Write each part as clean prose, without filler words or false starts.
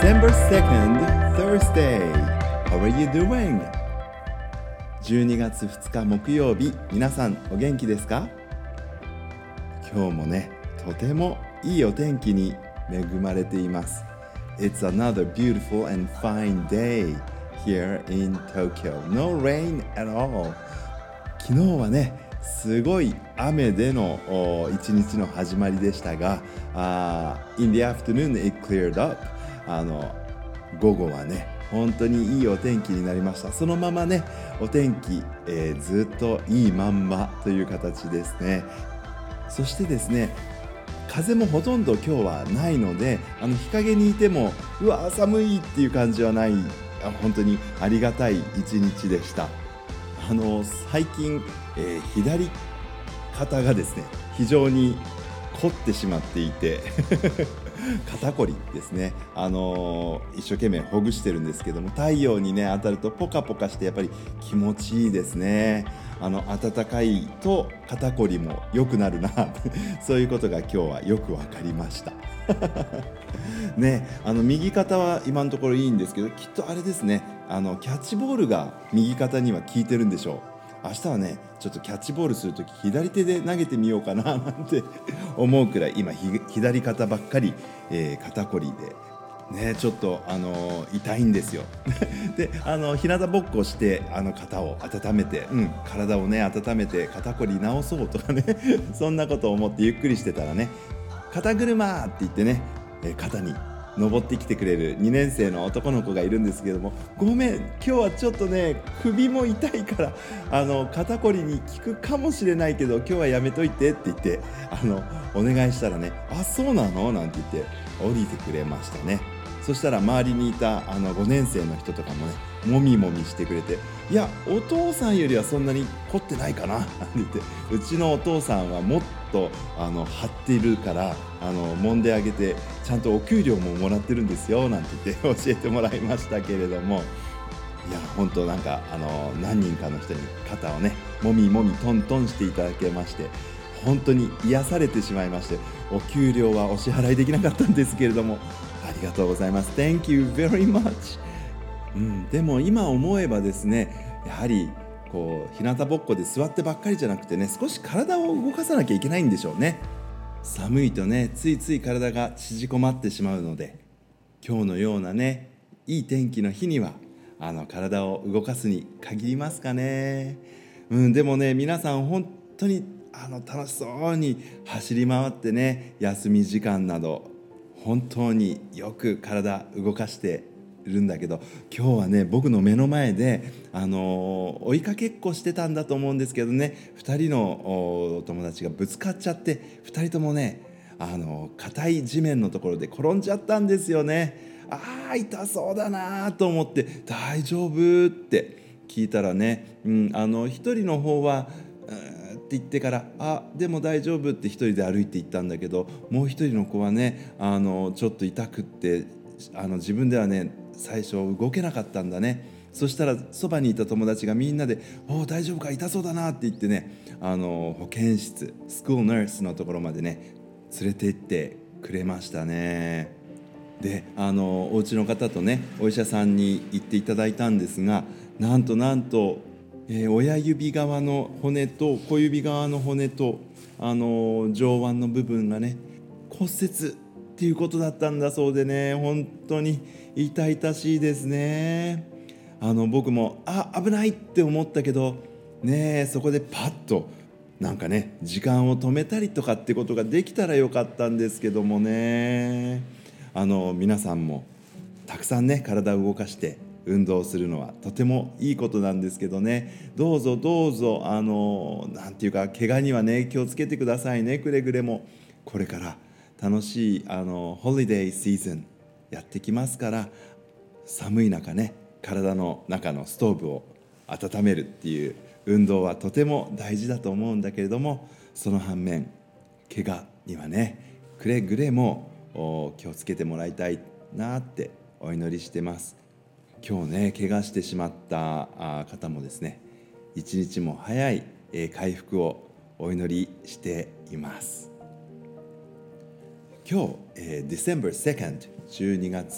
December 2nd, Thursday. How are you doing? 12月2日木曜日、皆さんお元気ですか？今日もね、とてもいいお天気に恵まれています。It's another beautiful and fine day here in Tokyo. No rain at all. 昨日はね、すごい雨での一日の始まりでしたが、in the afternoon it cleared up. 午後はね、本当にいいお天気になりました。そのままね、お天気、ずっといいまんまという形ですね。そしてですね、風もほとんど今日はないので、日陰にいてもうわ寒いっていう感じはない、本当にありがたい一日でした。最近、左肩がですね非常に凝ってしまっていて肩こりですね、一生懸命ほぐしてるんですけども、太陽にね当たるとポカポカしてやっぱり気持ちいいですね。暖かいと肩こりも良くなるなそういうことが今日はよく分かりましたね。右肩は今のところいいんですけど、きっとあれですね、キャッチボールが右肩には効いてるんでしょう。明日はねちょっとキャッチボールするとき左手で投げてみようかななんて思うくらい、今左肩ばっかり、肩こりでね、ちょっと痛いんですよで日向ぼっこして肩を温めて、体をね温めて肩こり治そうとかねそんなことを思ってゆっくりしてたらね、肩車って言ってね、肩に登ってきてくれる2年生の男の子がいるんですけども、ごめん今日はちょっとね首も痛いから肩こりに効くかもしれないけど今日はやめといてって言ってお願いしたらね、あそうなのなんて言って降りてくれましたね。そしたら周りにいた5年生の人とかもねもみもみしてくれて、いやお父さんよりはそんなに凝ってないかななんて言って、うちのお父さんはもっと張っているから揉んであげてちゃんとお給料ももらってるんですよなんて言って教えてもらいましたけれども、いや本当なんか何人かの人に肩をねもみもみトントンしていただけまして、本当に癒されてしまいまして、お給料はお支払いできなかったんですけれども、ありがとうございます。 Thank you very much。でも今思えばですね、やはりこう日向ぼっこで座ってばっかりじゃなくてね、少し体を動かさなきゃいけないんでしょうね。寒いとねついつい体が縮こまってしまうので、今日のようなねいい天気の日には体を動かすに限りますかね。でもね皆さん本当に楽しそうに走り回ってね、休み時間など本当によく体動かしているんだけど、今日はね僕の目の前で追いかけっこしてたんだと思うんですけどね、2人のお友達がぶつかっちゃって2人ともね硬い地面のところで転んじゃったんですよね。痛そうだなと思って大丈夫って聞いたらね、1人の方はって言ってからでも大丈夫って一人で歩いて行ったんだけど、もう一人の子はねちょっと痛くって自分ではね最初動けなかったんだね。そしたらそばにいた友達がみんなで大丈夫か痛そうだなって言ってね保健室スクールナースのところまでね連れて行ってくれましたね。でお家の方とねお医者さんに行っていただいたんですが、なんと親指側の骨と小指側の骨と上腕の部分がね骨折っていうことだったんだそうでね、本当に痛々しいですね。僕も危ないって思ったけどね、そこでパッとなんかね時間を止めたりとかってことができたらよかったんですけどもね、皆さんもたくさんね体を動かして運動するのはとてもいいことなんですけどね、どうぞなんていうか怪我にはね気をつけてくださいね。くれぐれもこれから楽しいホリデーシーズンやってきますから、寒い中ね体の中のストーブを温めるっていう運動はとても大事だと思うんだけれども、その反面怪我にはねくれぐれも気をつけてもらいたいなってお祈りしてます。今日ね怪我してしまった方もですね、一日も早い回復をお祈りしています。今日、December 2nd 12月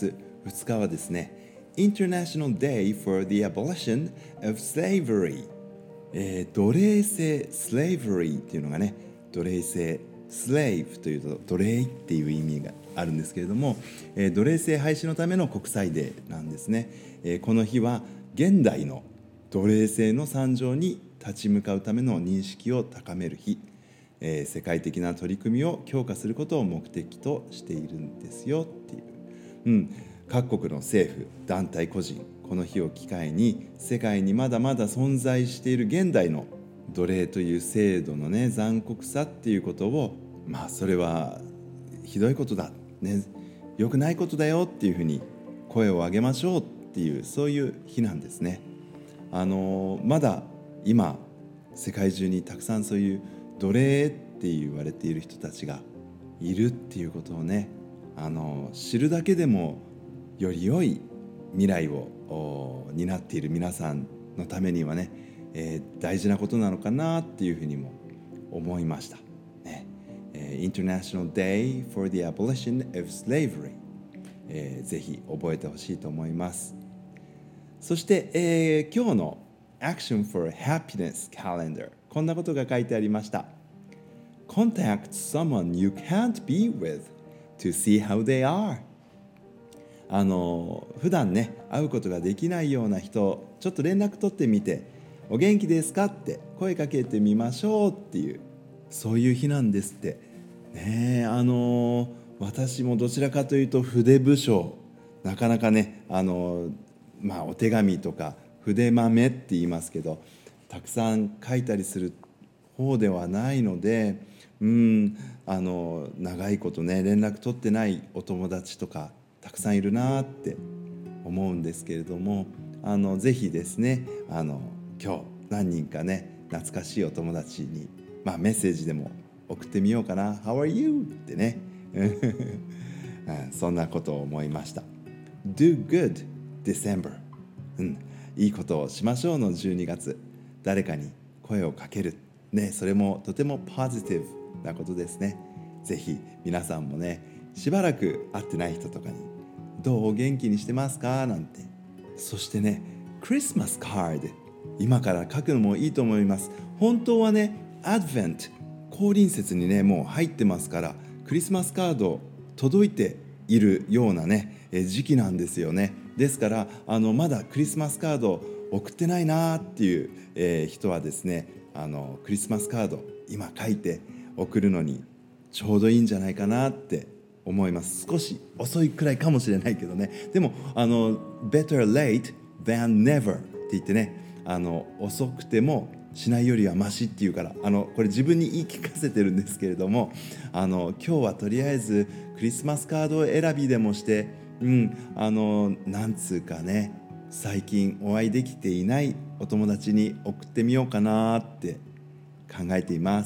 2日はですね、International Day for the Abolition of Slavery、奴隷制 Slavery っていうのがね、奴隷制 Slave というと奴隷っていう意味があるんですけれども、奴隷制廃止のための国際デーなんですね。この日は現代の奴隷制の惨状に立ち向かうための認識を高める日、世界的な取り組みを強化することを目的としているんですよっていう、各国の政府団体個人、この日を機会に世界にまだまだ存在している現代の奴隷という制度のね、残酷さっていうことを、それはひどいことだ、ね、良くないことだよっていうふうに声を上げましょうっていう、そういう日なんですね。まだ今世界中にたくさんそういう奴隷って言われている人たちがいるっていうことをね、知るだけでもより良い未来を担っている皆さんのためにはね、大事なことなのかなっていうふうにも思いました、ね。International Day for the Abolition of Slavery、ぜひ覚えてほしいと思います。そして、今日の Action for Happiness Calendar、 こんなことが書いてありました。 Contact someone you can't be with to see how they are。普段ね会うことができないような人、ちょっと連絡取ってみて、お元気ですかって声かけてみましょうっていう、そういう日なんですってね。私もどちらかというと筆武将、なかなかねお手紙とか筆豆って言いますけど、たくさん書いたりする方ではないので、長いことね連絡取ってないお友達とかたくさんいるなって思うんですけれども、ぜひですね、今日何人かね懐かしいお友達に、メッセージでも送ってみようかな。 How are you? ってねそんなことを思いました。 Do good December、いいことをしましょうの12月、誰かに声をかける、ね、それもとてもポジティブなことですね。ぜひ皆さんもね、しばらく会ってない人とかに、どうお元気にしてますかなんて。そしてね、クリスマスカード、今から書くのもいいと思います。本当はね、アドベント、降臨節にねもう入ってますから、クリスマスカード届いているようなね時期なんですよね。ですからまだクリスマスカード送ってないなっていう、人はですね、クリスマスカード今書いて送るのにちょうどいいんじゃないかなって思います。少し遅いくらいかもしれないけどね。でもbetter late than never って言ってね、遅くてもしないよりはマシっていうから、これ自分に言い聞かせてるんですけれども、今日はとりあえずクリスマスカード選びでもして、なんつうかね、最近お会いできていないお友達に送ってみようかなって考えています。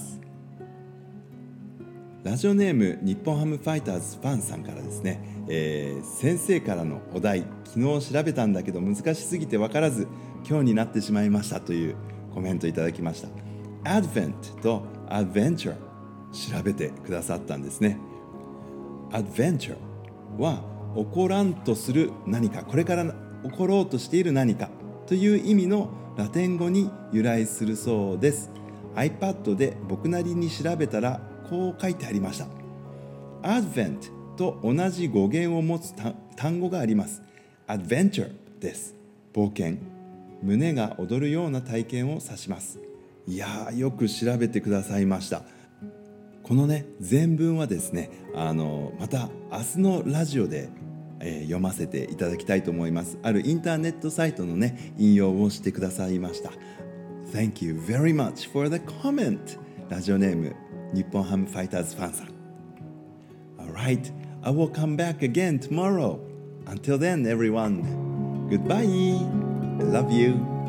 ラジオネーム日本ハムファイターズファンさんからですね、先生からのお題、昨日調べたんだけど難しすぎて分からず今日になってしまいましたというコメントいただきました。 Advent と Adventure 調べてくださったんですね。 Adventure は起こらんとする何か、これから起ころうとしている何かという意味のラテン語に由来するそうです。 iPad で僕なりに調べたらこう書いてありました。 Advent と同じ語源を持つ単語があります。 Adventure です。冒険、胸が躍るような体験を指します。いやー、よく調べてくださいました。このね全文はですね、また明日のラジオで、読ませていただきたいと思います。あるインターネットサイトのね引用をしてくださいました。 Thank you very much for the comment。 ラジオネーム日本ハムファイターズファンさん。 Alright, I will come back again tomorrow. Until then everyone, goodbye. I love you.